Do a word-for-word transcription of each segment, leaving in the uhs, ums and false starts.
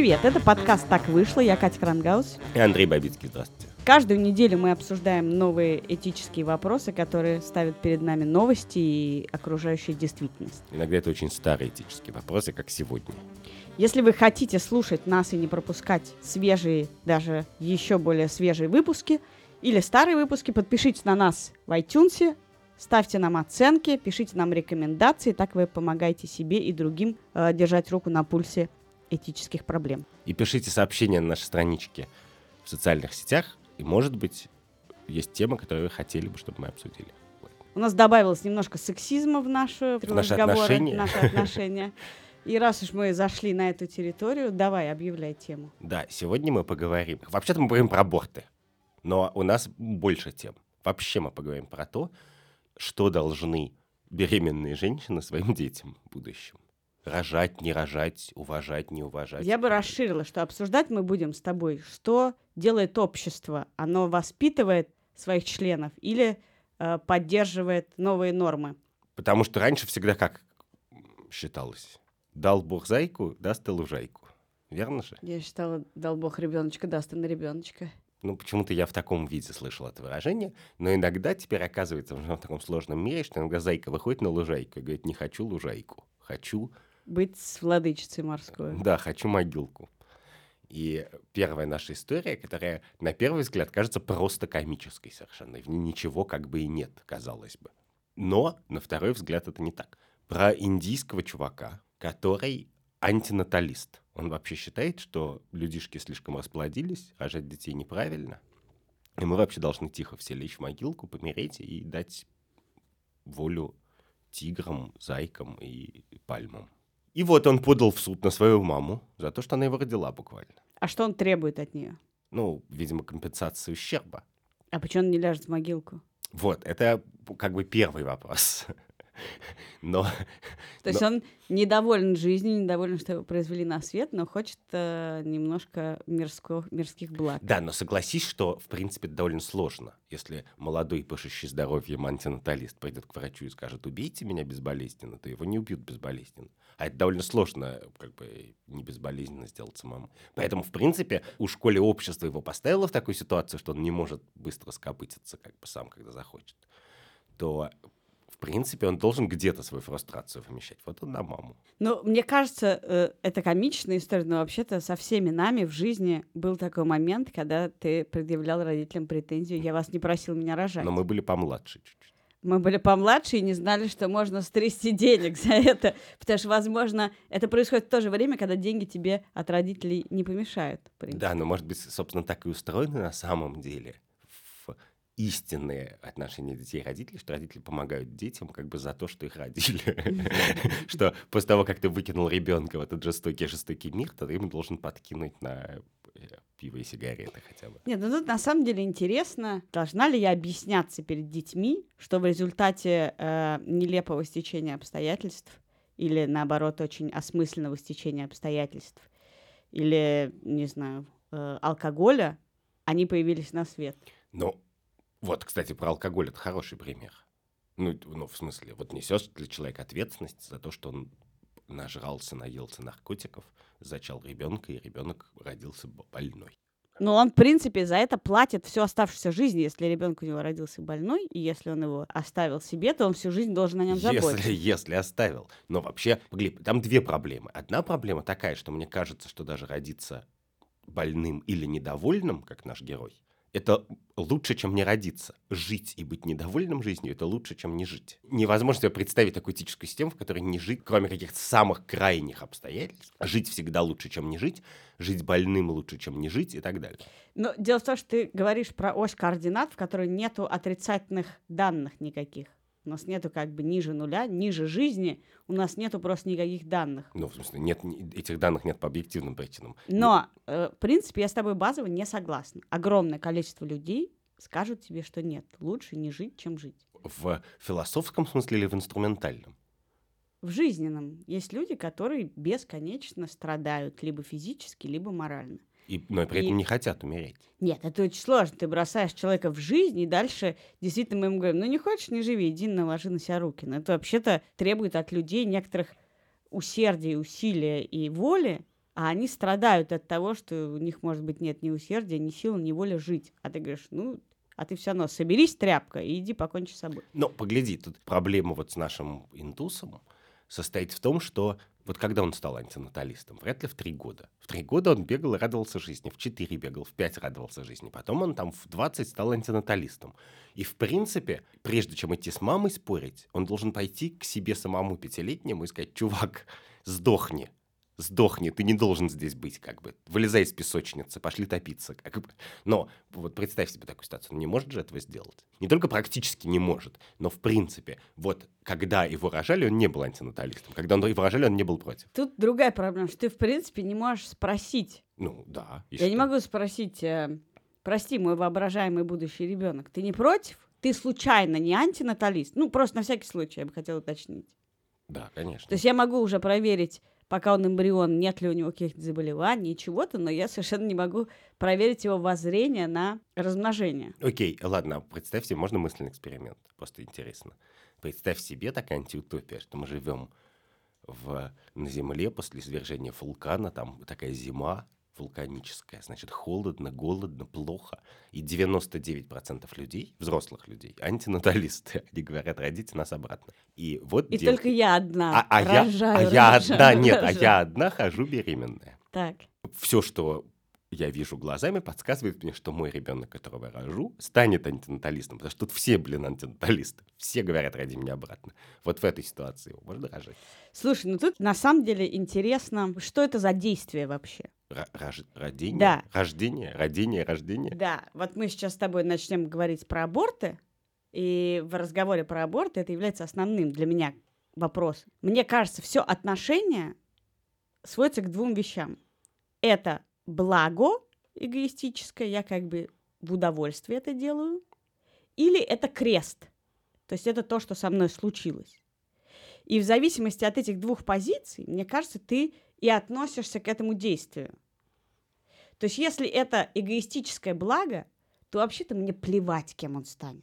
Привет, это подкаст «Так вышло». Я Катя Крангаус. И Андрей Бабицкий, здравствуйте. Каждую неделю мы обсуждаем новые этические вопросы, которые ставят перед нами новости и окружающая действительность. Иногда это очень старые этические вопросы, как сегодня. Если вы хотите слушать нас и не пропускать свежие, даже еще более свежие выпуски или старые выпуски, подпишитесь на нас в iTunes, ставьте нам оценки, пишите нам рекомендации, так вы помогаете себе и другим э, держать руку на пульсе этических проблем. И пишите сообщения на нашей страничке в социальных сетях, и, может быть, есть темы, которые вы хотели бы, чтобы мы обсудили. У нас добавилось немножко сексизма в наши, в наши разговоры, отношения. наши отношения. И раз уж мы зашли на эту территорию, давай, объявляй тему. Да, сегодня мы поговорим... Вообще-то мы поговорим про аборты, но у нас больше тем. Вообще мы поговорим про то, что должны беременные женщины своим детям в будущем. Рожать, не рожать, уважать, не уважать. Я бы расширила, что обсуждать мы будем с тобой, что делает общество. Оно воспитывает своих членов или э, поддерживает новые нормы. Потому что раньше всегда как считалось? Дал Бог зайку, даст и лужайку. Верно же? Я считала, дал Бог ребеночка, даст и на ребеночка. Ну, почему-то я в таком виде слышал это выражение, но иногда теперь оказывается в таком сложном мире, что иногда зайка выходит на лужайку и говорит: не хочу лужайку, хочу... Быть с владычицей морской. Да, хочу могилку. И первая наша история, которая на первый взгляд кажется просто комической совершенно. В ней ничего как бы и нет, казалось бы. Но на второй взгляд это не так. Про индийского чувака, который антинаталист. Он вообще считает, что людишки слишком расплодились, рожать детей неправильно. И мы вообще должны тихо все лечь в могилку, помереть и дать волю тиграм, зайкам и пальмам. И вот он подал в суд на свою маму за то, что она его родила буквально. А что он требует от нее? Ну, видимо, компенсацию ущерба. А почему он не ляжет в могилку? Вот, это как бы первый вопрос. Но, То есть но... он недоволен жизнью, недоволен, что его произвели на свет, но хочет э, немножко мирско, мирских благ. Да, но согласись, что, в принципе, это довольно сложно. Если молодой, пышущий здоровьем антинаталист пойдет к врачу и скажет: убейте меня безболезненно, то его не убьют безболезненно. А это довольно сложно, как бы, не безболезненно сделать самому. Поэтому, в принципе, у школы общества его поставило в такую ситуацию, что он не может быстро скопытиться, как бы сам, когда захочет, то... В принципе, он должен где-то свою фрустрацию вымещать. Вот он на маму. Ну, мне кажется, э, это комичная история, но вообще-то со всеми нами в жизни был такой момент, когда ты предъявлял родителям претензию: я вас не просил меня рожать. Но мы были помладше чуть-чуть. Мы были помладше и не знали, что можно стрясти денег за это. Потому что, возможно, это происходит в то же время, когда деньги тебе от родителей не помешают. Да, но, может быть, собственно, так и устроено на самом деле истинные отношения детей и родителей, что родители помогают детям как бы за то, что их родили. Что после того, как ты выкинул ребенка в этот жестокий-жестокий мир, то ты ему должен подкинуть на пиво и сигареты хотя бы. Нет, ну тут на самом деле интересно, должна ли я объясняться перед детьми, что в результате э, нелепого стечения обстоятельств или, наоборот, очень осмысленного стечения обстоятельств или, не знаю, э, алкоголя, они появились на свет. Ну, вот, кстати, про алкоголь — это хороший пример. Ну, ну, в смысле, вот несешь для человека ответственность за то, что он нажрался, наелся наркотиков, зачал ребенка, и ребенок родился больной. Но он, в принципе, за это платит всю оставшуюся жизнь. Если ребенок у него родился больной, и если он его оставил себе, то он всю жизнь должен о нем заботиться. Если, если оставил. Но вообще, погляди, там две проблемы. Одна проблема такая, что мне кажется, что даже родиться больным или недовольным, как наш герой, это лучше, чем не родиться. Жить и быть недовольным жизнью — это лучше, чем не жить. Невозможно себе представить такую этическую систему, в которой не жить, кроме каких-то самых крайних обстоятельств. Жить всегда лучше, чем не жить. Жить больным лучше, чем не жить, и так далее. Но дело в том, что ты говоришь про ось координат, в которой нету отрицательных данных никаких. У нас нету как бы ниже нуля, ниже жизни, у нас нету просто никаких данных. Ну, в смысле, нет, этих данных нет по объективным причинам. Но, э, в принципе, я с тобой базово не согласна. Огромное количество людей скажут тебе, что нет, лучше не жить, чем жить. В философском смысле или в инструментальном? В жизненном есть люди, которые бесконечно страдают либо физически, либо морально. И, но при этом И... не хотят умереть. Нет, это очень сложно. Ты бросаешь человека в жизнь, и дальше действительно мы ему говорим: ну не хочешь, не живи, иди наложи на себя руки. Но это вообще-то требует от людей некоторых усердия, усилия и воли, а они страдают от того, что у них, может быть, нет ни усердия, ни сил, ни воли жить. А ты говоришь, ну, а ты все равно соберись, тряпка, и иди покончи с собой. Но погляди, тут проблема вот с нашим индусом состоит в том, что вот когда он стал антинаталистом, вряд ли в три года. В три года он бегал и радовался жизни, в четыре бегал, в пять радовался жизни. Потом он там в двадцать стал антинаталистом. И в принципе, прежде чем идти с мамой спорить, он должен пойти к себе самому пятилетнему и сказать: чувак, сдохни. Сдохни, ты не должен здесь быть, как бы. Вылезай из песочницы, пошли топиться. Как бы. Но вот представь себе такую ситуацию, он не может же этого сделать. Не только практически не может, но в принципе, вот когда его рожали, он не был антинаталистом. Когда он его рожали, он не был против. Тут другая проблема, что ты, в принципе, не можешь спросить. Ну, да. Я что? не могу спросить, э, прости, мой воображаемый будущий ребенок, ты не против? Ты случайно не антинаталист? Ну, просто на всякий случай, я бы хотела уточнить. Да, конечно. То есть я могу уже проверить, пока он эмбрион, нет ли у него каких-то заболеваний, чего-то, но я совершенно не могу проверить его воззрение на размножение. Окей, ладно, представь себе, можно мысленный эксперимент, просто интересно. Представь себе такая антиутопия, что мы живем в, на Земле после извержения вулкана, там такая зима вулканическая, значит, холодно, голодно, плохо, и девяносто девять процентов людей, взрослых людей, антинаталисты, они говорят: родите нас обратно. И вот И дел- только я одна а, а я, рожаю, а я рожаю, одна, нет, а рожаю. я одна хожу беременная. Так, Все, что я вижу глазами, подсказывает мне, что мой ребенок, которого я рожу, станет антинаталистом, потому что тут все, блин, антинаталисты. Все говорят: роди меня обратно. Вот в этой ситуации его можно рожать. слушай, ну тут на самом деле интересно, что это за действие вообще? Р- рож- Родение? Да. Рождение? Родение? Рождение? Да, вот мы сейчас с тобой начнем говорить про аборты, и в разговоре про аборты это является основным для меня вопросом. Мне кажется, все отношение сводится к двум вещам. Это благо эгоистическое, я как бы в удовольствие это делаю, или это крест, то есть это то, что со мной случилось. И в зависимости от этих двух позиций, мне кажется, ты и относишься к этому действию. То есть если это эгоистическое благо, то вообще-то мне плевать, кем он станет.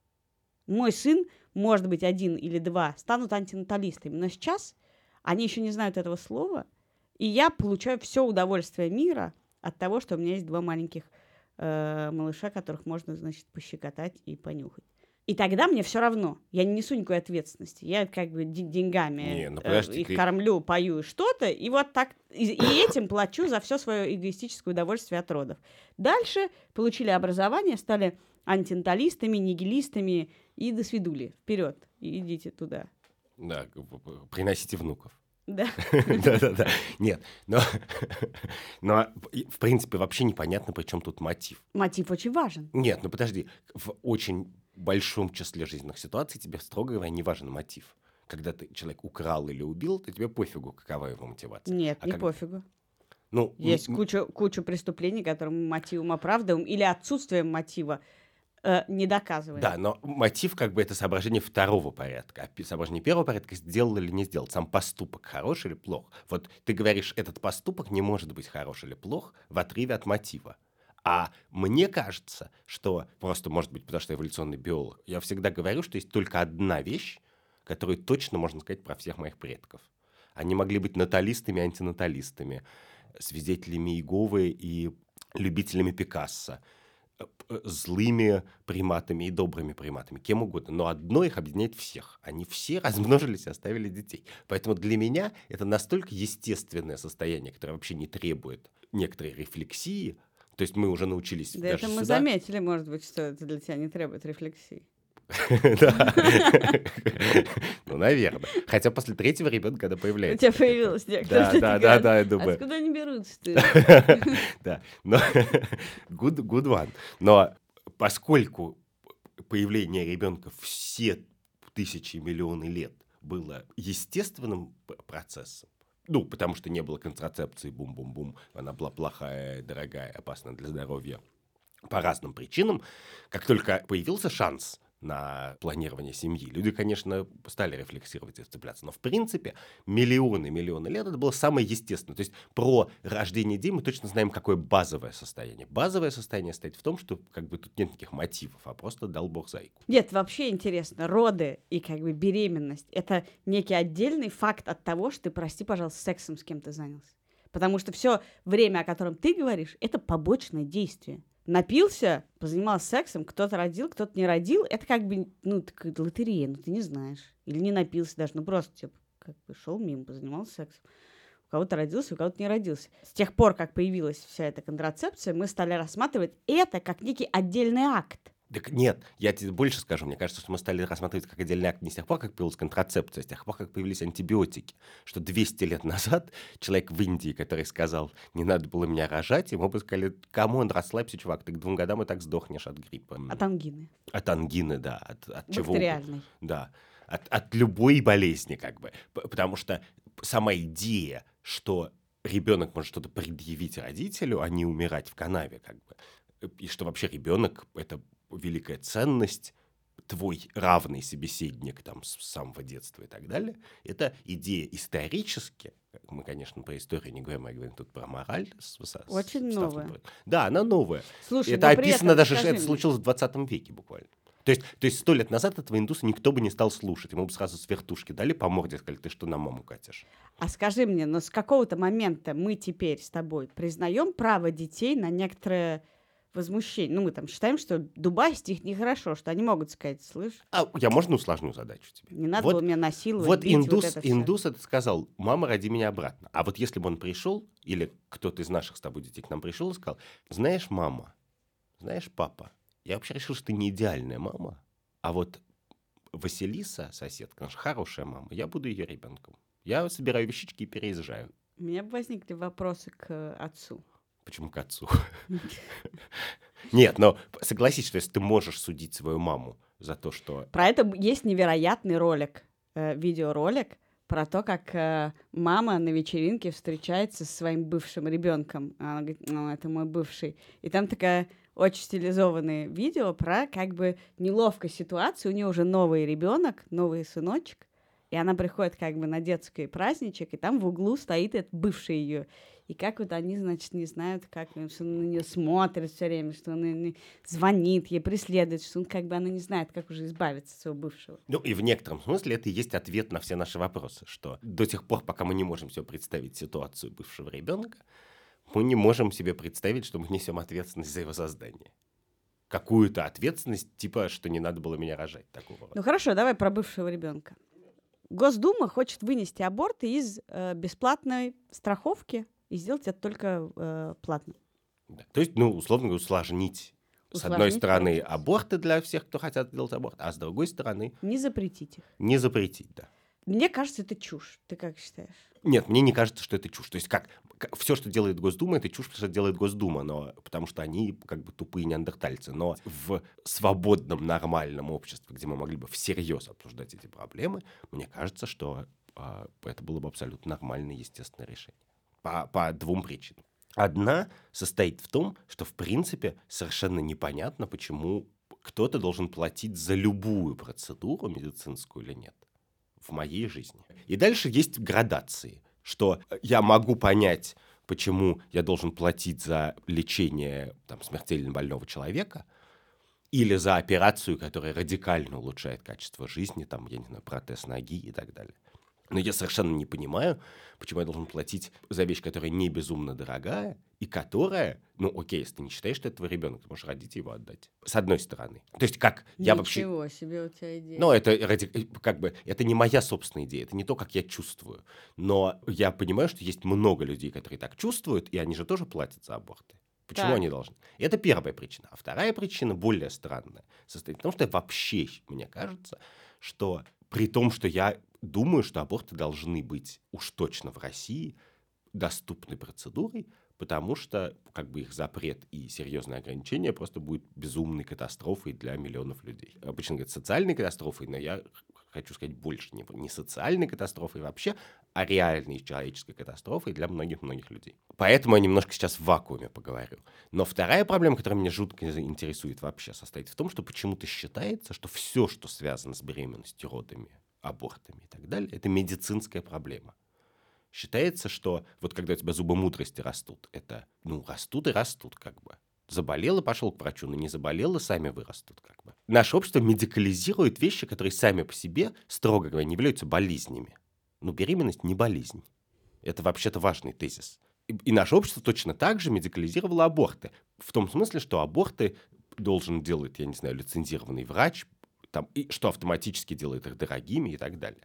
Мой сын, может быть, один или два, станут антинаталистами, но сейчас они еще не знают этого слова, и я получаю все удовольствие мира от того, что у меня есть два маленьких э, малыша, которых можно, значит, пощекотать и понюхать. И тогда мне все равно. Я не несу никакой ответственности. Я как бы д- деньгами Не, ну э, подожди, их ты- кормлю, пою и что-то, и вот так, и, и этим плачу за все свое эгоистическое удовольствие от родов. Дальше получили образование, стали антинаталистами, нигилистами, и до свидули. Вперед, идите туда. Да, г- г- г- приносите внуков. Да. Да-да-да. Нет, но, но и, в принципе вообще непонятно, при чем тут мотив. Мотив очень важен. Нет, ну подожди, в очень большом числе жизненных ситуаций тебе, строго говоря, не важен мотив. Когда ты человек украл или убил, то тебе пофигу, какова его мотивация. Нет, А не как- пофигу. Ну, Есть м- куча, куча преступлений, которым мы мотивом оправдываем, или отсутствием мотива э, не доказываем. Да, но мотив как бы это соображение второго порядка. А пи- соображение первого порядка — сделал или не сделал. Сам поступок хорош или плох. Вот ты говоришь, этот поступок не может быть хорош или плох в отрыве от мотива. А мне кажется, что просто, может быть, потому что я эволюционный биолог, я всегда говорю, что есть только одна вещь, которую точно можно сказать про всех моих предков. Они могли быть наталистами, антинаталистами, свидетелями Иеговы и любителями Пикассо, э, п- злыми приматами и добрыми приматами, кем угодно. Но одно их объединяет всех. Они все размножились и оставили детей. Поэтому для меня это настолько естественное состояние, которое вообще не требует некоторой рефлексии. То есть мы уже научились Да даже это мы сюда. заметили, может быть, что это для тебя не требует рефлексии. Да. Ну, наверное. Хотя после третьего ребенка, когда У появляется. тебя появилось некоторое. Да, да, да, да, я думаю. Откуда они берутся-то? Да, но good, good one. Но поскольку появление ребенка все тысячи, миллионы лет было естественным п- процессом, ну, потому что не было контрацепции, бум-бум-бум, она была плохая, дорогая, опасна для здоровья по разным причинам, как только появился шанс на планирование семьи, люди, конечно, стали рефлексировать и цепляться. Но, в принципе, миллионы, миллионы лет это было самое естественное. То есть про рождение детей мы точно знаем, какое базовое состояние. Базовое состояние стоит в том, что как бы тут нет никаких мотивов, а просто дал Бог зайку. Нет, вообще интересно, роды и как бы беременность — это некий отдельный факт от того, что ты, прости, пожалуйста, сексом с кем-то занялся. Потому что все время, о котором ты говоришь, это побочное действие. Напился, позанимался сексом, кто-то родил, кто-то не родил. Это как бы, ну, такая лотерея, ну, ты не знаешь. Или не напился даже, ну, просто, типа, как бы шел мимо, позанимался сексом. У кого-то родился, у кого-то не родился. С тех пор, как появилась вся эта контрацепция, мы стали рассматривать это как некий отдельный акт. Так нет, я тебе больше скажу. Мне кажется, что мы стали рассматривать как отдельный акт не с тех пор, как появилась контрацепция, а с тех пор, как появились антибиотики. Что двести лет назад человек в Индии, который сказал, не надо было меня рожать, ему бы сказали, камон, расслабься, чувак, ты к двум годам и так сдохнешь от гриппа. От ангины. От ангины, да. От, от чего? Бактериальной. Да. От, от любой болезни, как бы. П- Потому что сама идея, что ребенок может что-то предъявить родителю, а не умирать в канаве, как бы. И что вообще ребенок — это великая ценность, твой равный собеседник там с самого детства и так далее. Это идея исторически. Мы, конечно, про историю не говорим, мы говорим тут про мораль. С, с, Очень с, новая. С, да, она новая. Слушай, это но при описано этом, даже, скажи это мне, случилось в двадцатом веке буквально. То есть, то есть сто лет назад этого индуса никто бы не стал слушать. Ему бы сразу с вертушки дали по морде, сказали, ты что на маму катишь? А скажи мне, но с какого-то момента мы теперь с тобой признаем право детей на некоторое возмущение? Ну, мы там считаем, что дубасить их нехорошо, что они могут сказать, слышь, А я можно усложню задачу тебе? не надо Вот- было меня насиловать, Вот бить, индус, вот это всё. индус это сказал, мама, роди меня обратно. А вот если бы он пришел, или кто-то из наших с тобой детей к нам пришел и сказал, знаешь, мама, знаешь, папа, я вообще решил, что ты не идеальная мама, а вот Василиса, соседка, наша хорошая мама, я буду ее ребенком. Я собираю вещички и переезжаю. У меня бы возникли вопросы к э, отцу. Почему к отцу? Нет, но согласись, что если ты можешь судить свою маму за то, что... Про это б- есть невероятный ролик, э, видеоролик про то, как э, мама на вечеринке встречается со своим бывшим ребенком. Она говорит, ну, это мой бывший. И там такая очень стилизованное видео про как бы неловкую ситуацию. У нее уже новый ребенок, новый сыночек. И она приходит как бы на детский праздничек, и там в углу стоит этот бывший ее. И как вот они, значит, не знают, как, что он на нее смотрит все время, что он ей звонит, ей преследует, что он как бы, она не знает, как уже избавиться от своего бывшего. Ну, и в некотором смысле это и есть ответ на все наши вопросы, что до тех пор, пока мы не можем себе представить ситуацию бывшего ребенка, мы не можем себе представить, что мы несем ответственность за его создание. Какую-то ответственность, типа, что не надо было меня рожать, такого рода. Ну хорошо, давай про бывшего ребенка. Госдума хочет вынести аборты из э, бесплатной страховки и сделать это только э, платно. Да. То есть, ну, условно говоря, усложнить. С одной Усложнить стороны, процесс. аборты для всех, кто хотят делать аборт, а с другой стороны, Не запретить их. не запретить, да. Мне кажется, это чушь. Ты как считаешь? Нет, мне не кажется, что это чушь. То есть как, все, что делает Госдума, это чушь, потому что делает Госдума, но, потому что они как бы тупые неандертальцы. Но в свободном, нормальном обществе, где мы могли бы всерьез обсуждать эти проблемы, мне кажется, что а, это было бы абсолютно нормальное, естественное решение. По, по двум причинам. Одна состоит в том, что, в принципе, совершенно непонятно, почему кто-то должен платить за любую процедуру медицинскую или нет в моей жизни. И дальше есть градации, что я могу понять, почему я должен платить за лечение там, смертельно больного человека или за операцию, которая радикально улучшает качество жизни, там, я не знаю, протез ноги и так далее. Но я совершенно не понимаю, почему я должен платить за вещь, которая не безумно дорогая, и которая, ну окей, если ты не считаешь, что это твой ребенок, ты можешь родить и его отдать. С одной стороны. То есть как я вообще... Ничего себе у тебя идея. Ну, это ради... как бы это не моя собственная идея, это не то, как я чувствую. Но я понимаю, что есть много людей, которые так чувствуют, и они же тоже платят за аборты. Почему Так. они должны? Это первая причина. А вторая причина, более странная, состоит в том, что вообще, мне кажется, что при том, что я думаю, что аборты должны быть уж точно в России доступной процедурой, потому что как бы их запрет и серьезные ограничения просто будет безумной катастрофой для миллионов людей. Обычно говорят социальной катастрофой, но я хочу сказать больше. Не, не социальной катастрофой вообще, а реальной человеческой катастрофой для многих-многих людей. Поэтому я немножко сейчас в вакууме поговорю. Но вторая проблема, которая меня жутко интересует вообще, состоит в том, что почему-то считается, что все, что связано с беременностью, родами, абортами и так далее, это медицинская проблема. Считается, что вот когда у тебя зубы мудрости растут, это, ну, растут и растут как бы. Заболел и пошел к врачу, но не заболел и сами вырастут как бы. Наше общество медикализирует вещи, которые сами по себе, строго говоря, не являются болезнями. Ну, беременность не болезнь. Это вообще-то важный тезис. И, и наше общество точно так же медикализировало аборты. В том смысле, что аборты должен делать, я не знаю, лицензированный врач, там, и что автоматически делает их дорогими и так далее.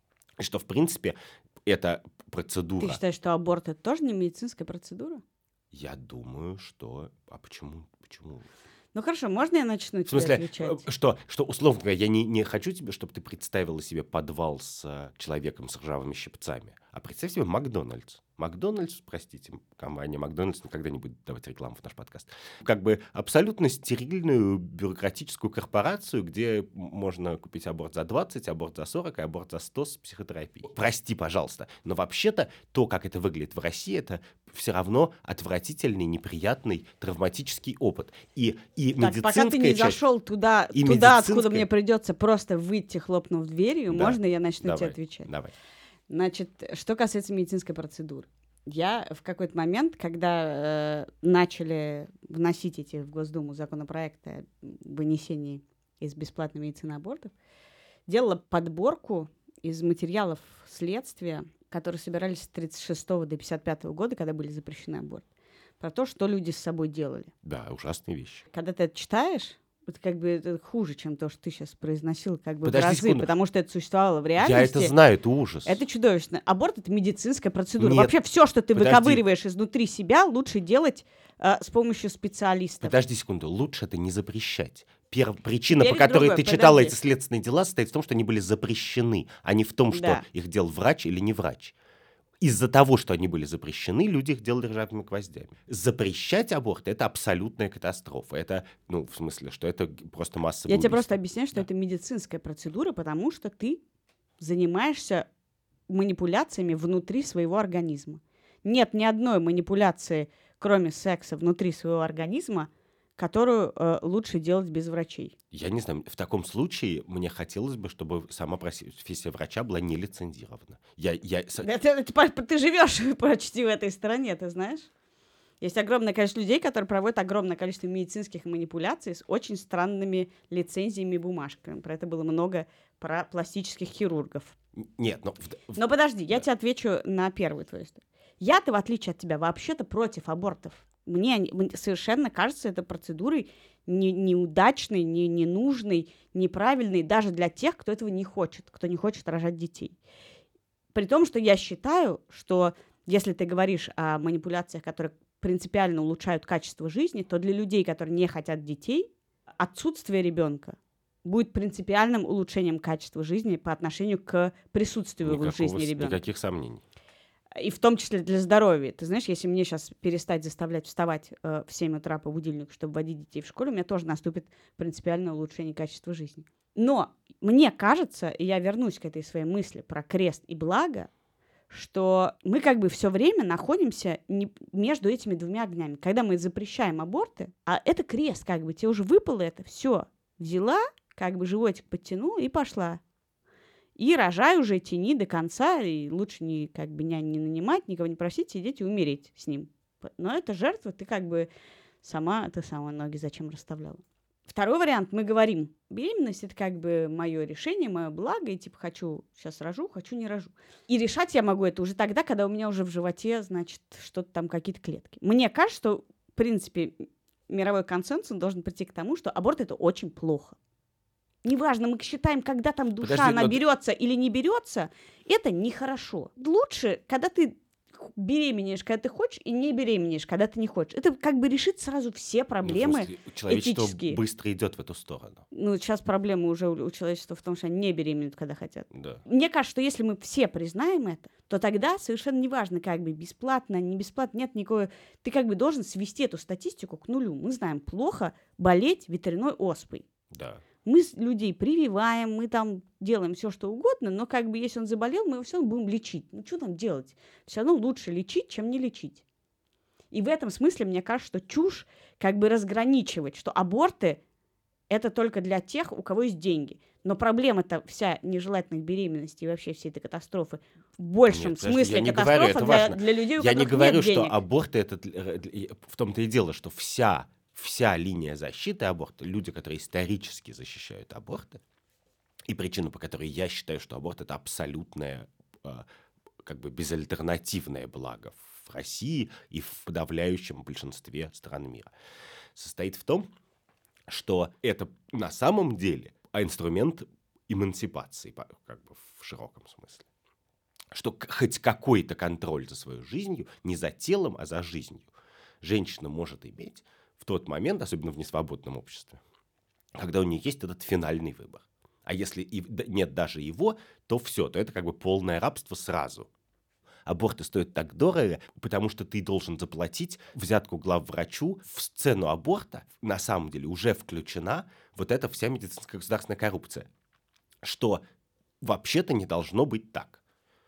И что, в принципе, эта процедура... Ты считаешь, что аборт — это тоже не медицинская процедура? Я думаю, что... А почему? Почему? Ну хорошо, можно я начну В тебе смысле, отвечать? что, что, условно говоря, я не, не хочу тебе, чтобы ты представила себе подвал с э, человеком с ржавыми щипцами, а представь себе Макдональдс. Макдональдс, простите, компания Макдональдс никогда не будет давать рекламу в наш подкаст. Как бы абсолютно стерильную бюрократическую корпорацию, где можно купить аборт за двадцать, аборт за сорок, и аборт за сто с психотерапией. Прости, пожалуйста, но вообще-то то, как это выглядит в России, это все равно отвратительный, неприятный, травматический опыт. И, и Так, медицинская пока ты не часть... зашел туда, и туда откуда медицинская- мне придется просто выйти, хлопнув дверью, Да, можно я начну давай, тебе отвечать? Давай. Значит, что касается медицинской процедуры. Я в какой-то момент, когда э, начали вносить эти в Госдуму законопроекты о вынесении из бесплатной медицины абортов, делала подборку из материалов следствия, которые собирались с тридцать шестого до пятьдесят пятого года, когда были запрещены аборты, про то, что люди с собой делали. Да, ужасные вещи. Когда ты это читаешь, это как бы это хуже, чем то, что ты сейчас произносил, как бы Подожди в разы, секунду. потому что это существовало в реальности. Я это знаю, это ужас. Это чудовищно. Аборт — это медицинская процедура. Нет, Вообще все, что ты подожди. выковыриваешь изнутри себя, лучше делать э, с помощью специалистов. Подожди секунду, лучше это не запрещать. Пер... Причина, Теперь по которой другое, ты читала подожди. эти следственные дела, состоит в том, что они были запрещены, а не в том, что Да. их делал врач или не врач. Из-за того, что они были запрещены, люди их делали ржавыми гвоздями. Запрещать аборт — это абсолютная катастрофа. Это, ну, в смысле, что это просто массовое Я тебе убийство. просто объясняю, что Да. это медицинская процедура, потому что ты занимаешься манипуляциями внутри своего организма. Нет ни одной манипуляции, кроме секса, внутри своего организма, которую э, лучше делать без врачей. Я не знаю, в таком случае мне хотелось бы, чтобы сама профессия врача была не лицензирована. Я, я... с- Это, это по- ты живешь почти в этой стране, ты знаешь? Есть огромное количество людей, которые проводят огромное количество медицинских манипуляций с очень странными лицензиями и бумажками. Про это было много про пластических хирургов. Нет, но... в- в- Но подожди, я Да. тебе отвечу на первую твою историю. Я-то, в отличие от тебя, вообще-то против абортов. Мне, они- мне совершенно кажется этой процедурой не- неудачной, не- ненужной, неправильной даже для тех, кто этого не хочет, кто не хочет рожать детей. При том, что я считаю, что если ты говоришь о манипуляциях, которые принципиально улучшают качество жизни, то для людей, которые не хотят детей, отсутствие ребенка будет принципиальным улучшением качества жизни по отношению к присутствию в никакого жизни с- ребенка. Никаких сомнений. И в том числе для здоровья. Ты знаешь, если мне сейчас перестать заставлять вставать э, в семь утра по будильнику, чтобы водить детей в школу, у меня тоже наступит принципиальное улучшение качества жизни. Но мне кажется, и я вернусь к этой своей мысли про крест и благо, что мы как бы все время находимся не между этими двумя огнями. Когда мы запрещаем аборты, а это крест, как бы тебе уже выпало это, все, взяла, как бы животик подтянула и пошла. И рожай уже, тяни до конца, и лучше не, как бы, не, не нанимать, никого не просить, сидеть и умереть с ним. Но это жертва, ты как бы сама, ты сама ноги зачем расставляла. Второй вариант, мы говорим, беременность — это как бы мое решение, мое благо, и типа хочу сейчас рожу, хочу не рожу. И решать я могу это уже тогда, когда у меня уже в животе, значит, что-то там, какие-то клетки. Мне кажется, что, в принципе, мировой консенсус должен прийти к тому, что аборт — это очень плохо. Неважно, мы считаем, когда там душа, Подожди, она но- берется или не берется, это нехорошо. Лучше, когда ты беременеешь, когда ты хочешь, и не беременеешь, когда ты не хочешь. Это как бы решит сразу все Ну, в проблемы. смысле, человечество этические. быстро идет в эту сторону. Ну, сейчас проблема уже у, у человечества в том, что они не беременеют, когда хотят. Да. Мне кажется, что если мы все признаем это, то тогда совершенно неважно, как бы бесплатно, не бесплатно, нет никакой... Ты как бы должен свести эту статистику к нулю. Мы знаем, плохо болеть ветряной оспой. Да. Мы с- людей прививаем, мы там делаем все, что угодно, но как бы если он заболел, мы его все равно будем лечить. Ну, что там делать? Все равно лучше лечить, чем не лечить. И в этом смысле, мне кажется, что чушь как бы разграничивать, что аборты – это только для тех, у кого есть деньги. Но проблема-то вся нежелательных беременностей и вообще всей этой катастрофы в большем Нет, подожди, смысле я не говорю, катастрофа это для, важно. для людей, у Я не которых говорю, нет что денег. аборты это для- для- в том-то и дело, что вся, вся линия защиты аборта, люди, которые исторически защищают аборты, и причина, по которой я считаю, что аборт это абсолютное, а, как бы безальтернативное благо в России и в подавляющем большинстве стран мира, состоит в том, что это на самом деле инструмент эмансипации, как бы в широком смысле. Что хоть какой-то контроль за своей жизнью, не за телом, а за жизнью, женщина может иметь в тот момент, особенно в несвободном обществе, когда у нее есть этот финальный выбор. А если и нет даже его, то все, то это как бы полное рабство сразу. Аборты стоят так дорого, потому что ты должен заплатить взятку главврачу. В сцену аборта на самом деле уже включена вот эта вся медицинская государственная коррупция, что вообще-то не должно быть так.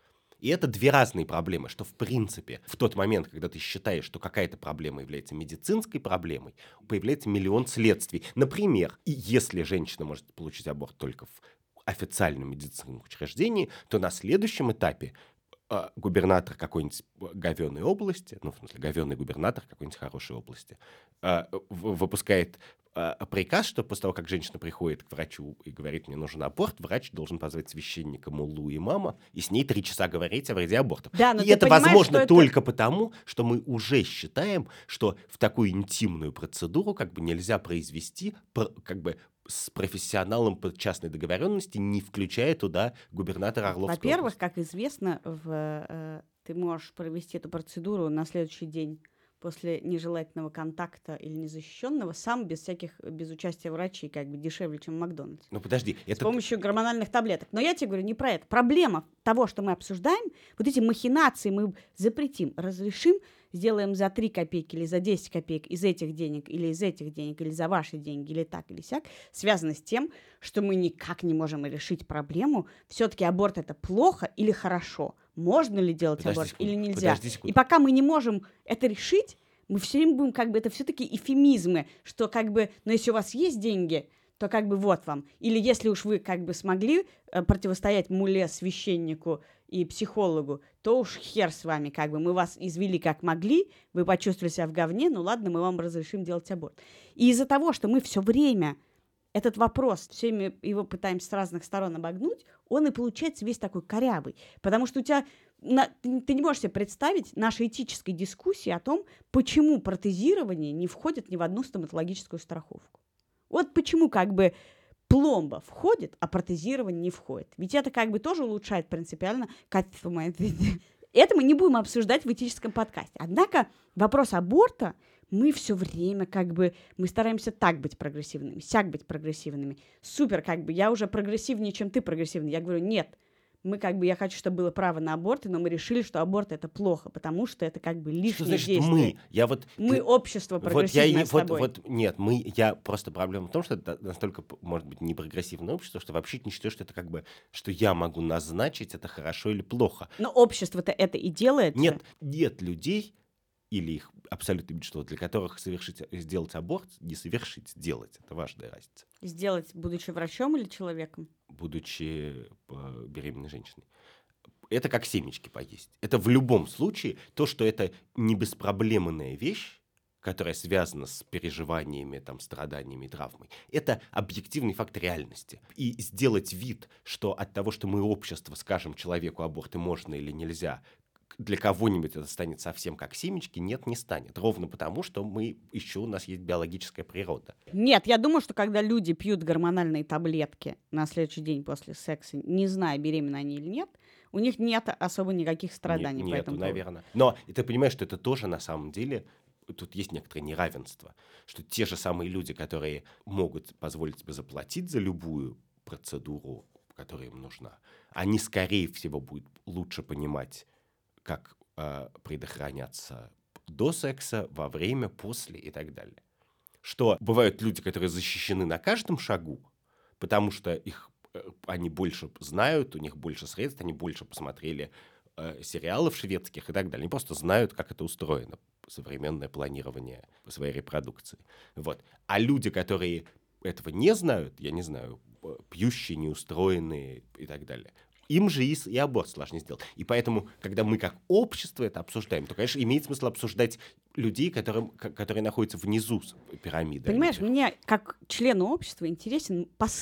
И это две разные проблемы, что в принципе в тот момент, когда ты считаешь, что какая-то проблема является медицинской проблемой, появляется миллион следствий. Например, и если женщина может получить аборт только в официальном медицинском учреждении, то на следующем этапе э, губернатор какой-нибудь говёной области, ну в смысле говёный губернатор какой-нибудь хорошей области, э, выпускает приказ, что после того, как женщина приходит к врачу и говорит, мне нужен аборт, врач должен позвать священника, муллу и имама и с ней три часа говорить о вреде аборта. Да, и это возможно это... только потому, что мы уже считаем, что в такую интимную процедуру как бы нельзя произвести как бы с профессионалом по частной договоренности, не включая туда губернатора Орловской области. Во-первых, как известно, в, э, ты можешь провести эту процедуру на следующий день после нежелательного контакта или незащищенного, сам без всяких, без участия врачей, как бы дешевле, чем в Макдональдсе. Ну подожди. С это... помощью гормональных таблеток. Но я тебе говорю не про это. Проблема того, что мы обсуждаем, вот эти махинации мы запретим, разрешим, сделаем за три копейки или за десять копеек из этих денег, или из этих денег, или за ваши деньги, или так, или сяк, связано с тем, что мы никак не можем решить проблему, все-таки аборт это плохо или хорошо. Можно ли делать подожди аборт секунду, или нельзя? И пока мы не можем это решить, мы все время будем, как бы, это все-таки эвфемизмы, что, как бы, ну, если у вас есть деньги, то, как бы, вот вам. Или если уж вы, как бы, смогли э, противостоять муле, священнику и психологу, то уж хер с вами, как бы, мы вас извели как могли, вы почувствовали себя в говне, ну, ладно, мы вам разрешим делать аборт. И из-за того, что мы все время этот вопрос, все время его пытаемся с разных сторон обогнуть, он и получается весь такой корявый. Потому что у тебя, на, ты, ты не можешь себе представить нашей этической дискуссии о том, почему протезирование не входит ни в одну стоматологическую страховку. Вот почему как бы пломба входит, а протезирование не входит. Ведь это как бы тоже улучшает принципиально качество моей жизни. Это мы не будем обсуждать в этическом подкасте. Однако вопрос аборта мы все время как бы, мы стараемся так быть прогрессивными, сяк быть прогрессивными. Супер, как бы, я уже прогрессивнее, чем ты прогрессивный. Я говорю, нет, мы как бы, я хочу, чтобы было право на аборт, но мы решили, что аборт это плохо, потому что это как бы лишнее что значит действие. мы? Я вот, мы ты, общество прогрессивное вот я, с тобой. Вот, вот, нет, мы, я просто проблема в том, что это настолько, может быть, не прогрессивное общество, что вообще не считаю, что это как бы, что я могу назначить, это хорошо или плохо. Но общество-то это и делает. Нет, же. нет людей, или их абсолютно большинство, для которых совершить, сделать аборт, не совершить, сделать. Это важная разница. Сделать, будучи врачом или человеком? Будучи э, беременной женщиной. Это как семечки поесть. Это в любом случае то, что это не беспроблемная вещь, которая связана с переживаниями, там, страданиями, травмой. Это объективный факт реальности. И сделать вид, что от того, что мы общество скажем человеку аборты можно или нельзя, для кого-нибудь это станет совсем как семечки, нет, не станет. Ровно потому, что мы еще у нас есть биологическая природа. Нет, я думаю, что когда люди пьют гормональные таблетки на следующий день после секса, не зная, беременны они или нет, у них нет особо никаких страданий. Нет, по этому наверное. Но и ты понимаешь, что это тоже на самом деле, тут есть некоторое неравенство, что те же самые люди, которые могут позволить себе заплатить за любую процедуру, которая им нужна, они, скорее всего, будут лучше понимать, как э, предохраняться до секса, во время, после и так далее. Что бывают люди, которые защищены на каждом шагу, потому что их, э, они больше знают, у них больше средств, они больше посмотрели э, сериалов шведских и так далее. Они просто знают, как это устроено, современное планирование своей репродукции. Вот. А люди, которые этого не знают, я не знаю, пьющие, неустроенные и так далее, им же и, и аборт сложнее сделать. И поэтому, когда мы как общество это обсуждаем, то, конечно, имеет смысл обсуждать людей, которым, которые находятся внизу пирамиды. Понимаешь, мне как члену общества интересен посыл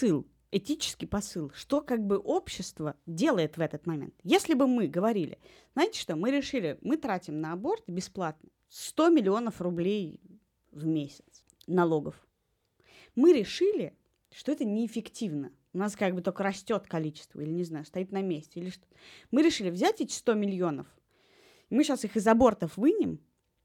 этический посыл, что как бы общество делает в этот момент. Если бы мы говорили, знаете что, мы решили, мы тратим на аборт бесплатно сто миллионов рублей в месяц налогов. Мы решили, что это неэффективно. У нас как бы только растет количество, или, не знаю, стоит на месте, или что. Мы решили взять эти сто миллионов, мы сейчас их из абортов вынем,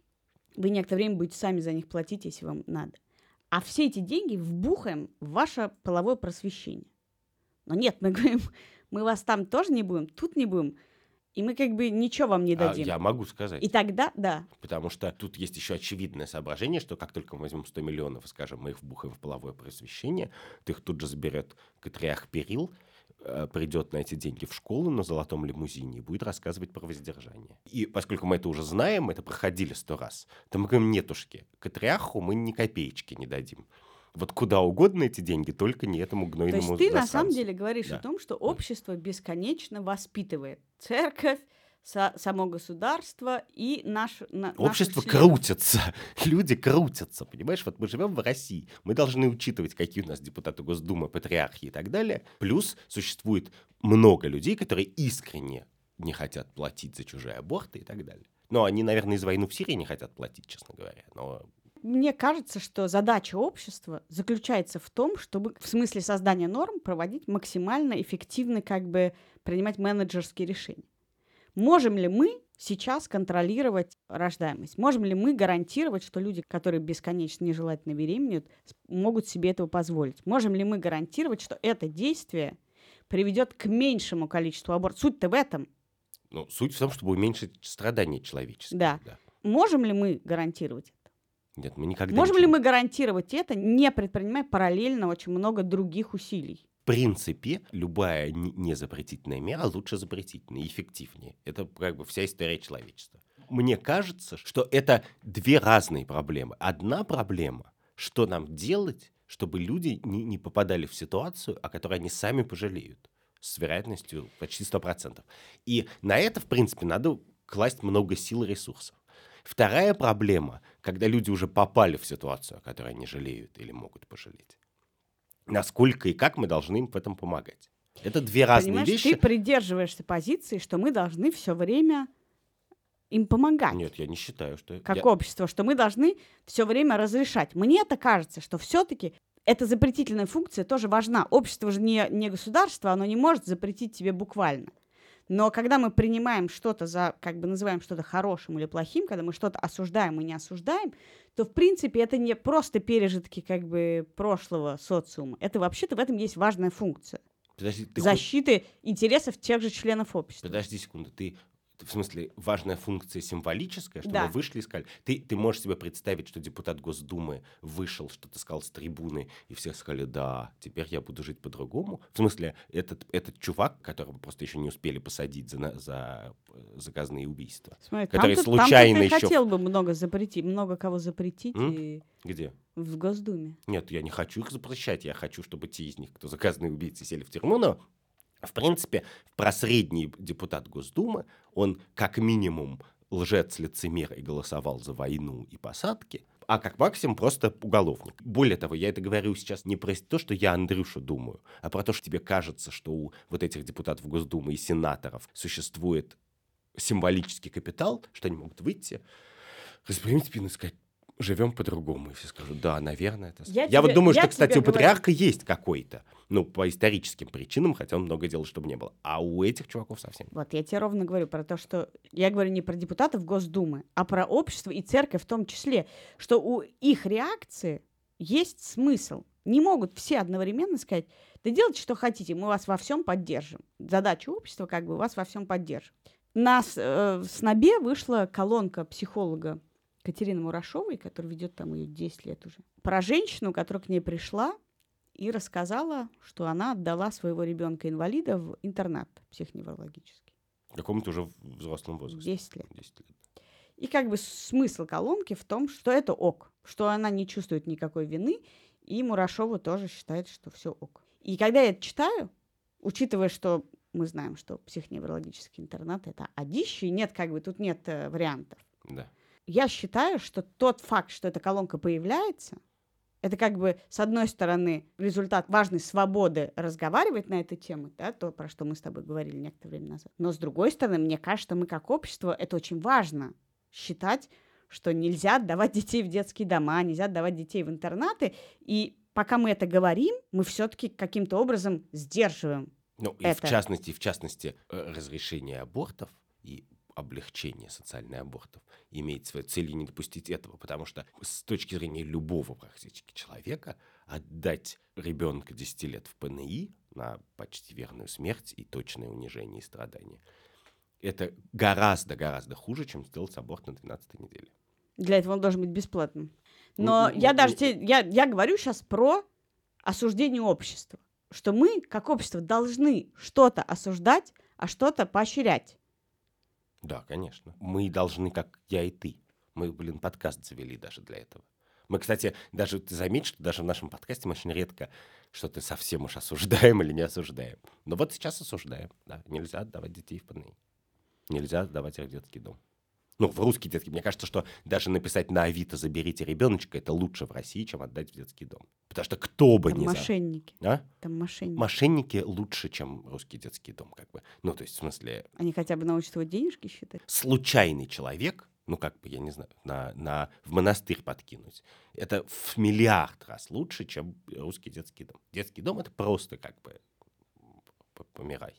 вы некоторое время будете сами за них платить, если вам надо. А все эти деньги вбухаем в ваше половое просвещение. Но нет, мы говорим, мы вас там тоже не будем, тут не будем, и мы как бы ничего вам не дадим. А я могу сказать. И тогда, да. Потому что тут есть еще очевидное соображение, что как только мы возьмем сто миллионов и скажем, мы их вбухаем в половое просвещение, то их тут же заберет Катриарх Перил, э, придет на эти деньги в школу на золотом лимузине и будет рассказывать про воздержание. И поскольку мы это уже знаем, мы это проходили сто раз, то мы говорим, нетушки, Катриарху мы ни копеечки не дадим. Вот куда угодно эти деньги, только не этому гнойному То есть ты засранцу. на самом деле говоришь Да. о том, что общество бесконечно воспитывает церковь, со- само государство и наш, на, Общество наших членов. крутится, люди крутятся, понимаешь? Вот мы живем в России, мы должны учитывать, какие у нас депутаты Госдумы, патриархи и так далее. Плюс существует много людей, которые искренне не хотят платить за чужие аборты и так далее. Но они, наверное, из войны в Сирии не хотят платить, честно говоря. Но Мне кажется, что задача общества заключается в том, чтобы в смысле создания норм проводить максимально эффективно, как бы принимать менеджерские решения. Можем ли мы сейчас контролировать рождаемость? Можем ли мы гарантировать, что люди, которые бесконечно нежелательно беременеют, с- могут себе этого позволить? Можем ли мы гарантировать, что это действие приведет к меньшему количеству абортов? Суть-то в этом. ну, суть в том, чтобы уменьшить страдания человеческие. Да. Можем ли мы гарантировать это? Нет, мы никогда Можем ничего ли не- мы гарантировать это, не предпринимая параллельно очень много других усилий? В принципе, любая не- незапретительная мера лучше запретительной, эффективнее. Это как бы вся история человечества. Мне кажется, что это две разные проблемы. Одна проблема, что нам делать, чтобы люди не, не попадали в ситуацию, о которой они сами пожалеют. С вероятностью почти сто процентов. И на это, в принципе, надо класть много сил и ресурсов. Вторая проблема, когда люди уже попали в ситуацию, о которой они жалеют или могут пожалеть. Насколько и как мы должны им в этом помогать. Это две разные Понимаешь, вещи. ты придерживаешься позиции, что мы должны все время им помогать. Нет, я не считаю, что... Как я- общество, что мы должны все время разрешать. Мне это кажется, что все-таки эта запретительная функция тоже важна. Общество же не, не государство, оно не может запретить тебе буквально. Но когда мы принимаем что-то за, как бы называем что-то хорошим или плохим, когда мы что-то осуждаем и не осуждаем, то, в принципе, это не просто пережитки как бы прошлого социума. Это вообще-то в этом есть важная функция. Подожди, ты Защиты интересов тех же членов общества. Подожди секунду, ты, ты в смысле важная функция символическая, что Да. мы вышли и сказали. Ты, ты можешь себе представить, что депутат Госдумы вышел, что-то сказал с трибуны, и все сказали, да, теперь я буду жить по-другому. В смысле, этот, этот чувак, которого просто еще не успели посадить за, на- за э, заказные убийства. Смотри, Который там-то- случайно там-то ты еще- хотел бы много запретить, много кого запретить М? и Где? в Госдуме. Нет, я не хочу их запрещать, я хочу, чтобы те из них, кто заказные убийцы, сели в тюрьму, но в принципе, про средний депутат Госдумы, он как минимум лжец, лицемер и голосовал за войну и посадки, а как максимум просто уголовник. Более того, я это говорю сейчас не про то, что я, Андрюша, думаю, а про то, что тебе кажется, что у вот этих депутатов Госдумы и сенаторов существует символический капитал, что они могут выйти, распрямить спину и сказать, живем по-другому. И все скажут, да, наверное, это... Я Я, вот тебе- думаю, я что, кстати, тебе у патриарха есть какой-то, ну, по историческим причинам, хотя он много делал, чтобы не было. А у этих чуваков совсем. Вот, я тебе ровно говорю про то, что... Я говорю не про депутатов Госдумы, а про общество и церковь в том числе, что у их реакции есть смысл. Не могут все одновременно сказать, да делайте, что хотите, мы вас во всем поддержим. Задача общества как бы вас во всем поддержим. На с- э, СНОБе вышла колонка психолога Катерины Мурашовой, которая ведет там ее десять лет уже, про женщину, которая к ней пришла и рассказала, что она отдала своего ребенка-инвалида в интернат психоневрологический. В каком-то уже взрослом возрасте. десять лет. десять лет. И как бы смысл колонки в том, что это ок, что она не чувствует никакой вины, и Мурашова тоже считает, что все ок. И когда я это читаю, учитывая, что мы знаем, что психоневрологический интернат — это одище, и нет, как бы тут нет э, вариантов. Да. Я считаю, что тот факт, что эта колонка появляется, Это как бы, с одной стороны, результат важной свободы разговаривать на эту тему, да, то, про что мы с тобой говорили некоторое время назад. Но, с другой стороны, мне кажется, что мы как общество, это очень важно считать, что нельзя отдавать детей в детские дома, нельзя отдавать детей в интернаты. И пока мы это говорим, мы все-таки каким-то образом сдерживаем Ну, и это. в частности, в частности, э, разрешение абортов и облегчение социальных абортов имеет свою цель и не допустить этого, потому что с точки зрения любого практически человека отдать ребенка десяти лет в ПНИ на почти верную смерть и точное унижение и страдания — это гораздо-гораздо хуже, чем сделать аборт на двенадцатой неделе. Для этого он должен быть бесплатным. Но Ну, я ну, даже ну, те, я, я говорю сейчас про осуждение общества. Что мы, как общество, должны что-то осуждать, а что-то поощрять. Да, конечно. Мы должны, как я и ты. Мы, блин, подкаст завели даже для этого. Мы, кстати, даже ты заметь, что даже в нашем подкасте мы очень редко что-то совсем уж осуждаем или не осуждаем. Но вот сейчас осуждаем. Да, нельзя отдавать детей в ПНИ. Нельзя отдавать их в детский дом. Ну, в русский детский. Мне кажется, что даже написать на Авито «заберите ребеночка» — это лучше в России, чем отдать в детский дом. Потому что кто бы Там ни... за- мошенники. А? Там мошенники. Мошенники лучше, чем русский детский дом, как бы. Ну, то есть, в смысле, Они хотя бы научатся вот денежки считать. случайный человек, ну, как бы, я не знаю, на, на, в монастырь подкинуть, это в миллиард раз лучше, чем русский детский дом. Детский дом — это просто как бы п- помирай.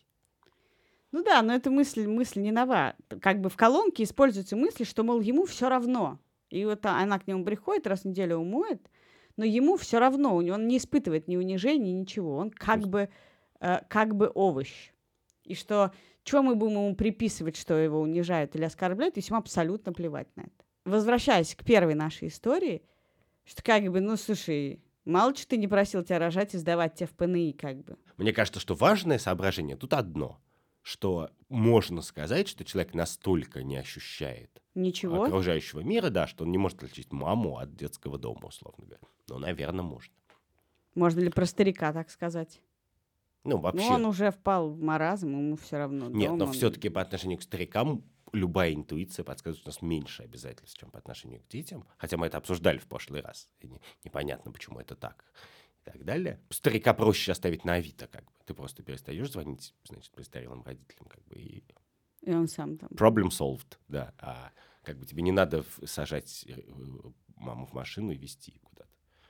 Ну да, но эта мысль, мысль не нова. Как бы в колонке используются мысли, что, мол, ему все равно. И вот она к нему приходит, раз в неделю умоет, но ему все равно, у него- он не испытывает ни унижения, ничего. Он как бы, э, как бы овощ. И что, что мы будем ему приписывать, что его унижают или оскорбляют, если ему абсолютно плевать на это. Возвращаясь к первой нашей истории, что как бы, ну, слушай, мало что ты не просил тебя рожать и сдавать тебя в ПНИ, как бы. Мне кажется, что важное соображение тут одно, что можно сказать, что человек настолько не ощущает Ничего. окружающего мира, да, что он не может отличить маму от детского дома, условно говоря. Ну, наверное, можно. Можно ли про старика так сказать? Ну, вообще. Ну, он уже впал в маразм, ему все равно. Нет, дом но он- все-таки по отношению к старикам любая интуиция подсказывает, что у нас меньше обязательств, чем по отношению к детям. Хотя мы это обсуждали в прошлый раз. И не- непонятно, почему это так. И так далее. Старика проще оставить на Авито, как бы. Ты просто перестаешь звонить, значит, престарелым родителям, как бы, и И он сам там. problem solved, да. А как бы тебе не надо в- сажать э, маму в машину и везти куда-то.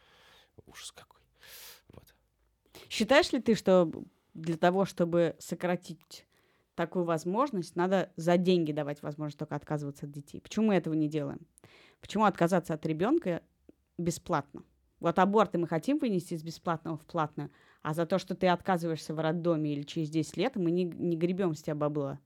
Ужас какой. Вот. Считаешь ли ты, что для того, чтобы сократить такую возможность, надо за деньги давать возможность только отказываться от детей? Почему мы этого не делаем? Почему отказаться от ребенка бесплатно? Вот аборты мы хотим вынести из бесплатного в платное, а за то, что ты отказываешься в роддоме или через десять лет, мы не, не гребем с тебя бабла.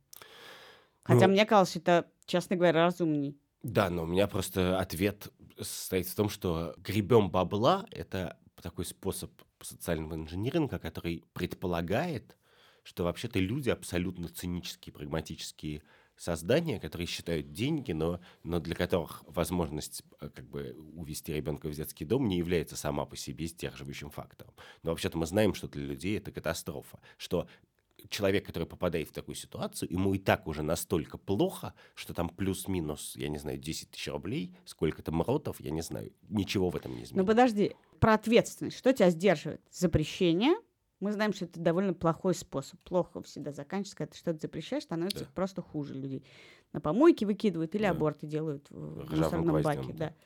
Хотя Ну, мне казалось, это, честно говоря, разумней. Да, но у меня просто ответ состоит в том, что гребем бабла — это такой способ социального инжиниринга, который предполагает, что вообще-то люди абсолютно цинические, прагматические создания, которые считают деньги, но, но для которых возможность э, как бы увести ребенка в детский дом не является сама по себе сдерживающим фактором. Но вообще-то мы знаем, что для людей это катастрофа, что человек, который попадает в такую ситуацию, ему и так уже настолько плохо, что там плюс-минус, я не знаю, десять тысяч рублей, сколько-то мротов, я не знаю, ничего в этом не Но изменится. подожди, про ответственность. Что тебя сдерживает? Запрещение. Мы знаем, что это довольно плохой способ. Плохо всегда заканчивается, когда ты что-то запрещаешь, становится Да. просто хуже людей. На помойке выкидывают или Да. аборты делают в Ржавым мусорном гвоздем, баке. да. Да.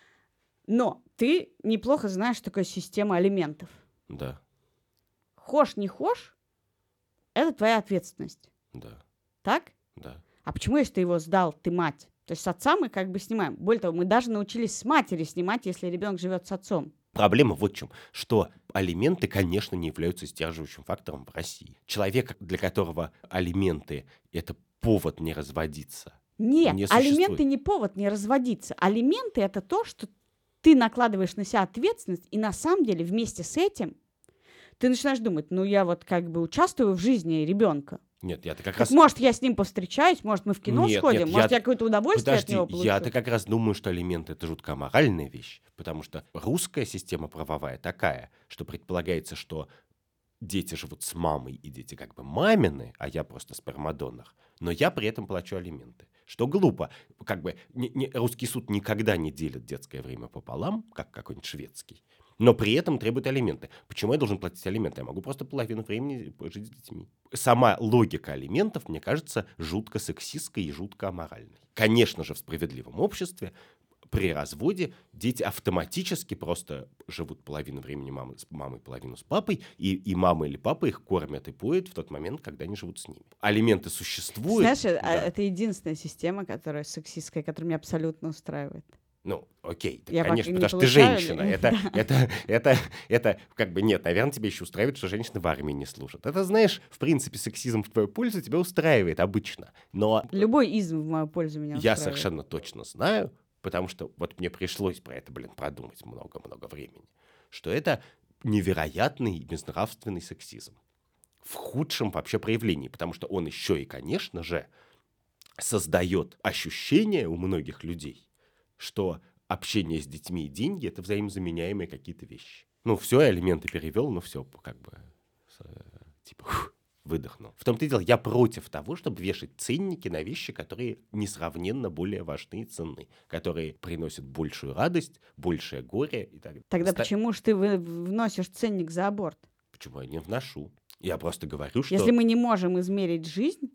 Но ты неплохо знаешь, что такое система алиментов. Да, Хошь, не хошь, это твоя ответственность. да, Так? да. А почему, если ты его сдал, ты мать? То есть с отца мы как бы снимаем. Более того, мы даже научились с матери снимать, если ребенок живет с отцом. Проблема вот в чем, что алименты, конечно, не являются сдерживающим фактором в России. Человек, для которого алименты — это повод не разводиться. Нет, Не алименты существует. не повод не разводиться. Алименты — это то, что ты накладываешь на себя ответственность, и на самом деле вместе с этим ты начинаешь думать, ну я вот как бы участвую в жизни ребенка. Нет, я-то как Так раз... может, я с ним повстречаюсь, может, мы в кино Нет, сходим, нет, может, я- я какое-то удовольствие Подожди, от него получу. я-то как раз думаю, что алименты — это жутко аморальная вещь, потому что русская система правовая такая, что предполагается, что дети живут с мамой, и дети как бы мамины, а я просто спермадоннах, но я при этом плачу алименты. Что глупо. Как бы не- не- русский суд никогда не делит детское время пополам, как какой-нибудь шведский. Но при этом требует алименты. Почему я должен платить алименты? Я могу просто половину времени жить с детьми. Сама логика алиментов, мне кажется, жутко сексистской и жутко аморальной. Конечно же, в справедливом обществе при разводе дети автоматически просто живут половину времени мамы, с мамой, половину с папой, и, и мама или папа их кормят и поют в тот момент, когда они живут с ними. Алименты существуют. Знаешь, да. а- это единственная система, которая сексистская, которая меня абсолютно устраивает. Ну, окей, так, Я пока конечно, не потому что ты получаю, женщина. или- Это, это, это, это, как бы, нет, наверное, тебя еще устраивает, что женщины в армии не служат. Это, знаешь, в принципе, сексизм в твою пользу тебя устраивает обычно. Но Любой изм в мою пользу меня я устраивает. совершенно точно знаю, потому что вот мне пришлось про это, блин, продумать много-много времени, что это невероятный безнравственный сексизм. В худшем вообще проявлении, потому что он еще и, конечно же, создает ощущение у многих людей, что общение с детьми и деньги — это взаимозаменяемые какие-то вещи. Ну, все, я элементы перевел, ну все, как бы, с, типа, фух, выдохнул. В том-то и дело, я против того, чтобы вешать ценники на вещи, которые несравненно более важны и ценны, которые приносят большую радость, большее горе и так далее. Тогда Ста- почему ж ты вы- вносишь ценник за аборт? Почему я не вношу? Я просто говорю, что... Если мы не можем измерить жизнь,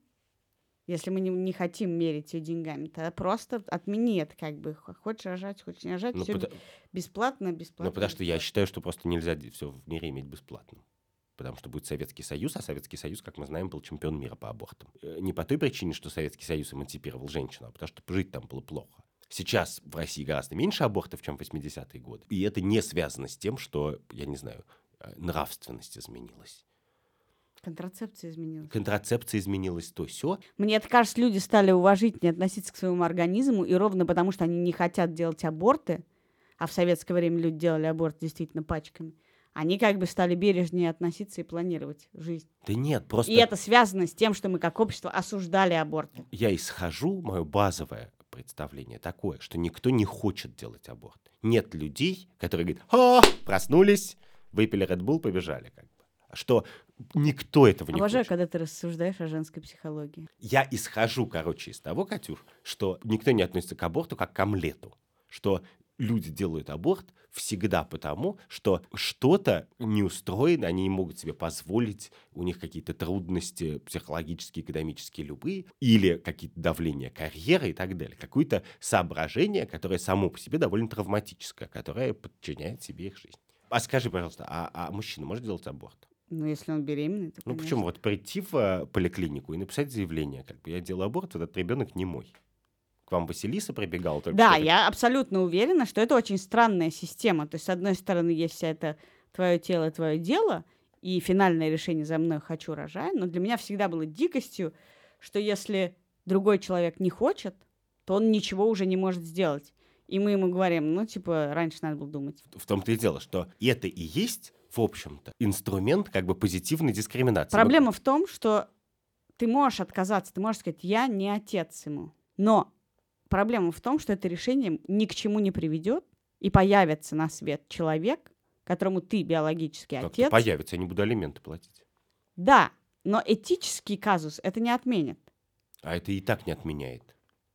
если мы не, не хотим мерить ее деньгами, тогда просто отмени это, как бы. Х- Хочешь рожать, хочешь не рожать, Ну, все пота- бесплатно, бесплатно. Ну, потому что я бесплатно. считаю, что просто нельзя все в мире иметь бесплатно. Потому что будет Советский Союз, а Советский Союз, как мы знаем, был чемпион мира по абортам. Э, Не по той причине, что Советский Союз эмансипировал женщину, а потому что жить там было плохо. Сейчас в России гораздо меньше абортов, чем в восьмидесятые годы. И это не связано с тем, что, я не знаю, э, нравственность изменилась. Контрацепция изменилась. Контрацепция изменилась, то все. Мне это кажется, люди стали уважительнее относиться к своему организму, и ровно потому, что они не хотят делать аборты, а в советское время люди делали аборт действительно пачками, они как бы стали бережнее относиться и планировать жизнь. Да нет, просто И это связано с тем, что мы как общество осуждали аборты. я исхожу, мое базовое представление такое, что никто не хочет делать аборт. Нет людей, которые говорят: «А, проснулись, выпили Red Bull, побежали». Как бы. Что никто этого не Обожаю, хочет. когда ты рассуждаешь о женской психологии. Я исхожу, короче, из того, Катюш, что никто не относится к аборту как к омлету. Что люди делают аборт всегда потому, что что-то не устроено, они не могут себе позволить, у них какие-то трудности психологические, экономические, любые, или какие-то давления карьеры и так далее. Какое-то соображение, которое само по себе довольно травматическое, которое подчиняет себе их жизнь. А скажи, пожалуйста, а, а мужчина может делать аборт? Ну, если он беременный, то, Ну конечно. почему? Вот прийти в э, поликлинику и написать заявление, как бы я делаю аборт, этот ребенок не мой. К вам Василиса прибегала только Да, что. я абсолютно уверена, что это очень странная система. То есть, с одной стороны, есть вся это твое тело, твое дело, и финальное решение за мной хочу рожай. Но для меня всегда было дикостью, что если другой человек не хочет, то он ничего уже не может сделать. И мы ему говорим, ну, типа, раньше надо было думать. В том-то и дело, что это и есть, в общем-то, инструмент как бы позитивной дискриминации. Проблема в том, что ты можешь отказаться, ты можешь сказать, я не отец ему. Но проблема в том, что это решение ни к чему не приведет, и появится на свет человек, которому ты биологический Ну, отец. как-то появится, я не буду алименты платить. Да, но этический казус это не отменит. А это и так не отменяет.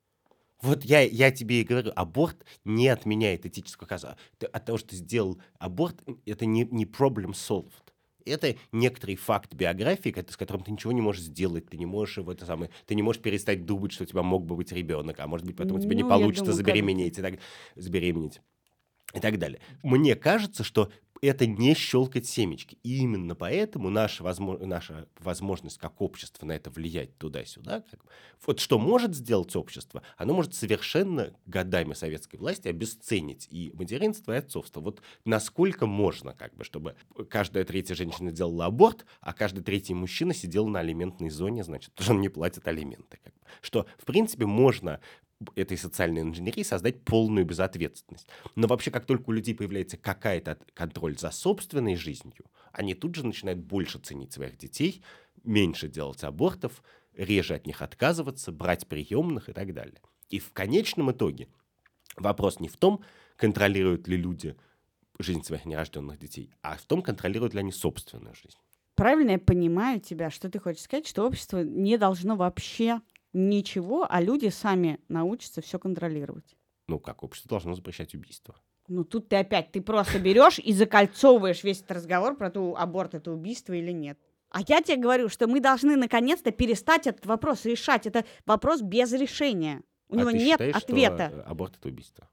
Вот я, я тебе и говорю, аборт не отменяет этического казуса. Ты- От того, что ты сделал аборт, это не, не problem solved. Это некоторый факт биографии, кото- с которым ты ничего не можешь сделать, ты не можешь в это самое, ты не можешь перестать думать, что у тебя мог бы быть ребенок, а может быть потом у тебя не Ну, я получится думаю, забеременеть и так, забеременеть и так далее. Мне кажется, что это не щелкать семечки. И именно поэтому наша, возмо- наша возможность как общество на это влиять туда-сюда, как бы, вот что может сделать общество, оно может совершенно годами советской власти обесценить и материнство, и отцовство. Вот насколько можно, как бы, чтобы каждая третья женщина делала аборт, а каждый третий мужчина сидел на алиментной зоне, значит, потому что он не платит алименты. Как бы. Что, в принципе, можно этой социальной инженерии создать полную безответственность. Но вообще, как только у людей появляется какая-то контроль за собственной жизнью, они тут же начинают больше ценить своих детей, меньше делать абортов, реже от них отказываться, брать приемных и так далее. И в конечном итоге вопрос не в том, контролируют ли люди жизнь своих нерожденных детей, а в том, контролируют ли они собственную жизнь. Правильно я понимаю тебя, что ты хочешь сказать, что общество не должно вообще ничего, а люди сами научатся все контролировать. Ну, как общество должно запрещать убийство. Ну, тут ты опять, ты просто берешь и закольцовываешь весь этот разговор про то, аборт это убийство или нет. А я тебе говорю, что мы должны наконец-то перестать этот вопрос решать. Это вопрос без решения. У а него ты нет считаешь, ответа. что аборт это убийство?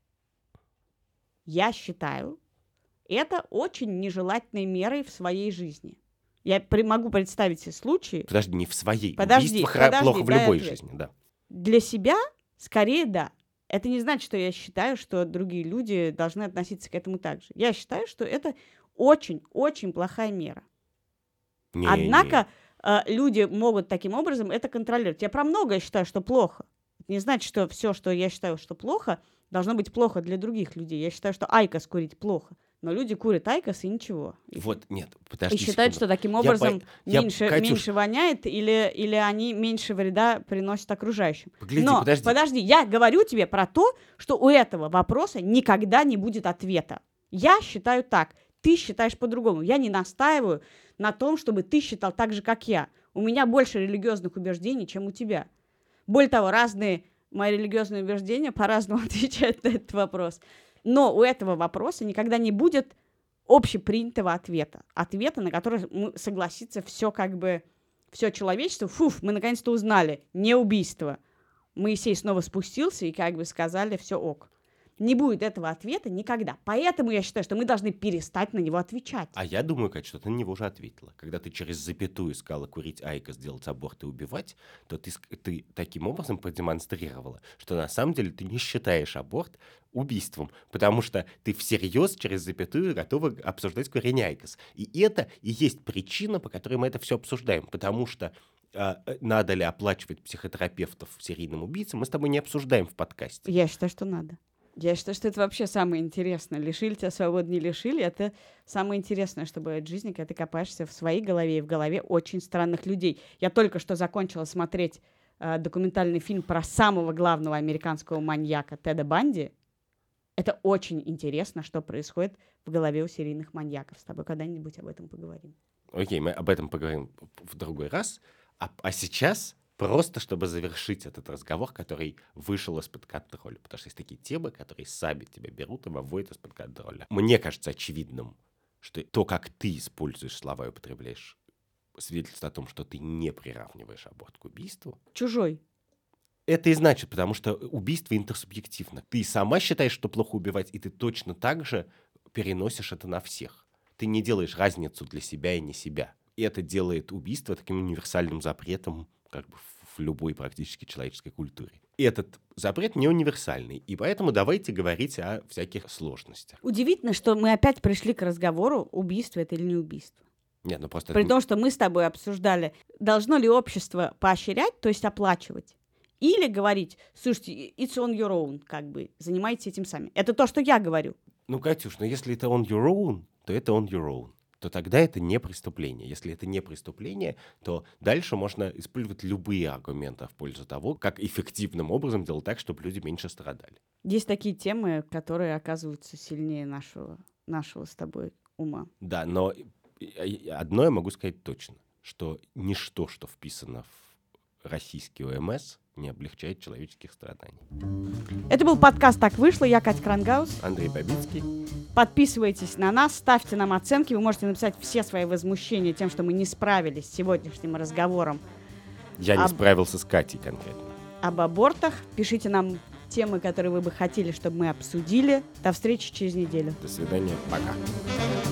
Я считаю, это очень нежелательной мерой в своей жизни. Я при- могу представить себе случаи. Подожди, не в своей. Подожди, Убийство хра- подожди, плохо в дай любой ответ. жизни, да. Для себя, скорее, да. Это не значит, что я считаю, что другие люди должны относиться к этому так же. Я считаю, что это очень-очень плохая мера. Не, Однако э, люди могут таким образом это контролировать. Я про многое считаю, что плохо. Это не значит, что все, что я считаю, что плохо, должно быть плохо для других людей. Я считаю, что айкос курить плохо. Но люди курят айкос и ничего. не. Вот, нет, подожди И считают, секунду. что таким Я образом по- я- меньше, Катюш, меньше воняет или, или они меньше вреда приносят окружающим. Погляди, Но, подожди. я говорю тебе про то, что у этого вопроса никогда не будет ответа. Я считаю так, ты считаешь по-другому. Я не настаиваю на том, чтобы ты считал так же, как я. У меня больше религиозных убеждений, чем у тебя. Более того, разные мои религиозные убеждения по-разному отвечают на этот вопрос. Но у этого вопроса никогда не будет общепринятого ответа. Ответа, на который мы согласится все как бы, все человечество. Фуф, мы наконец-то узнали, не убийство. Моисей снова спустился и как бы сказали, все ок. Не будет этого ответа никогда. Поэтому я считаю, что мы должны перестать на него отвечать. А я думаю, Кать, что ты на него уже ответила. Когда ты через запятую сказала курить айкос, делать аборт и убивать, то ты, ск- ты таким образом продемонстрировала, что на самом деле ты не считаешь аборт убийством, потому что ты всерьез через запятую готова обсуждать курение айкос. И это и есть причина, по которой мы это все обсуждаем, потому что а, э, надо ли оплачивать психотерапевтов серийным убийцам, мы с тобой не обсуждаем в подкасте. Я считаю, что надо. Я считаю, что это вообще самое интересное. Лишили тебя свободы, не лишили. Это самое интересное, что бывает в жизни, когда ты копаешься в своей голове и в голове очень странных людей. Я только что закончила смотреть э, документальный фильм про самого главного американского маньяка Теда Банди. Это очень интересно, что происходит в голове у серийных маньяков. С тобой когда-нибудь об этом поговорим. Окей, мы об этом поговорим в другой раз. А, а сейчас... Просто чтобы завершить этот разговор, который вышел из-под контроля. Потому что есть такие темы, которые сами тебя берут и выводят из-под контроля. Мне кажется очевидным, что то, как ты используешь слова и употребляешь, свидетельствует о том, что ты не приравниваешь аборт к убийству. Чужой. Это и значит, потому что убийство интерсубъективно. Ты сама считаешь, что плохо убивать, и ты точно так же переносишь это на всех. Ты не делаешь разницу для себя и не себя. И это делает убийство таким универсальным запретом, как бы в любой практически человеческой культуре. Этот запрет не универсальный, и поэтому давайте говорить о всяких сложностях. Удивительно, что мы опять пришли к разговору, убийство это или не убийство. Нет, ну просто... При это... том, что мы с тобой обсуждали, должно ли общество поощрять, то есть оплачивать, или говорить, слушайте, it's on your own, как бы, занимайтесь этим сами. Это то, что я говорю. Ну, Катюш, но если это on your own, то это on your own. То тогда это не преступление. Если это не преступление, то дальше можно использовать любые аргументы в пользу того, как эффективным образом делать так, чтобы люди меньше страдали. Есть такие темы, которые оказываются сильнее нашего, нашего с тобой ума. Да, но одно я могу сказать точно, что ничто, что вписано в российский О М С, не облегчает человеческих страданий. Это был подкаст «Так вышло». Я Катя Крангаус. Андрей Бабицкий. Подписывайтесь на нас, ставьте нам оценки. Вы можете написать все свои возмущения тем, что мы не справились с сегодняшним разговором. Я не Об... справился с Катей конкретно. Об абортах. Пишите нам темы, которые вы бы хотели, чтобы мы обсудили. До встречи через неделю. До свидания. Пока.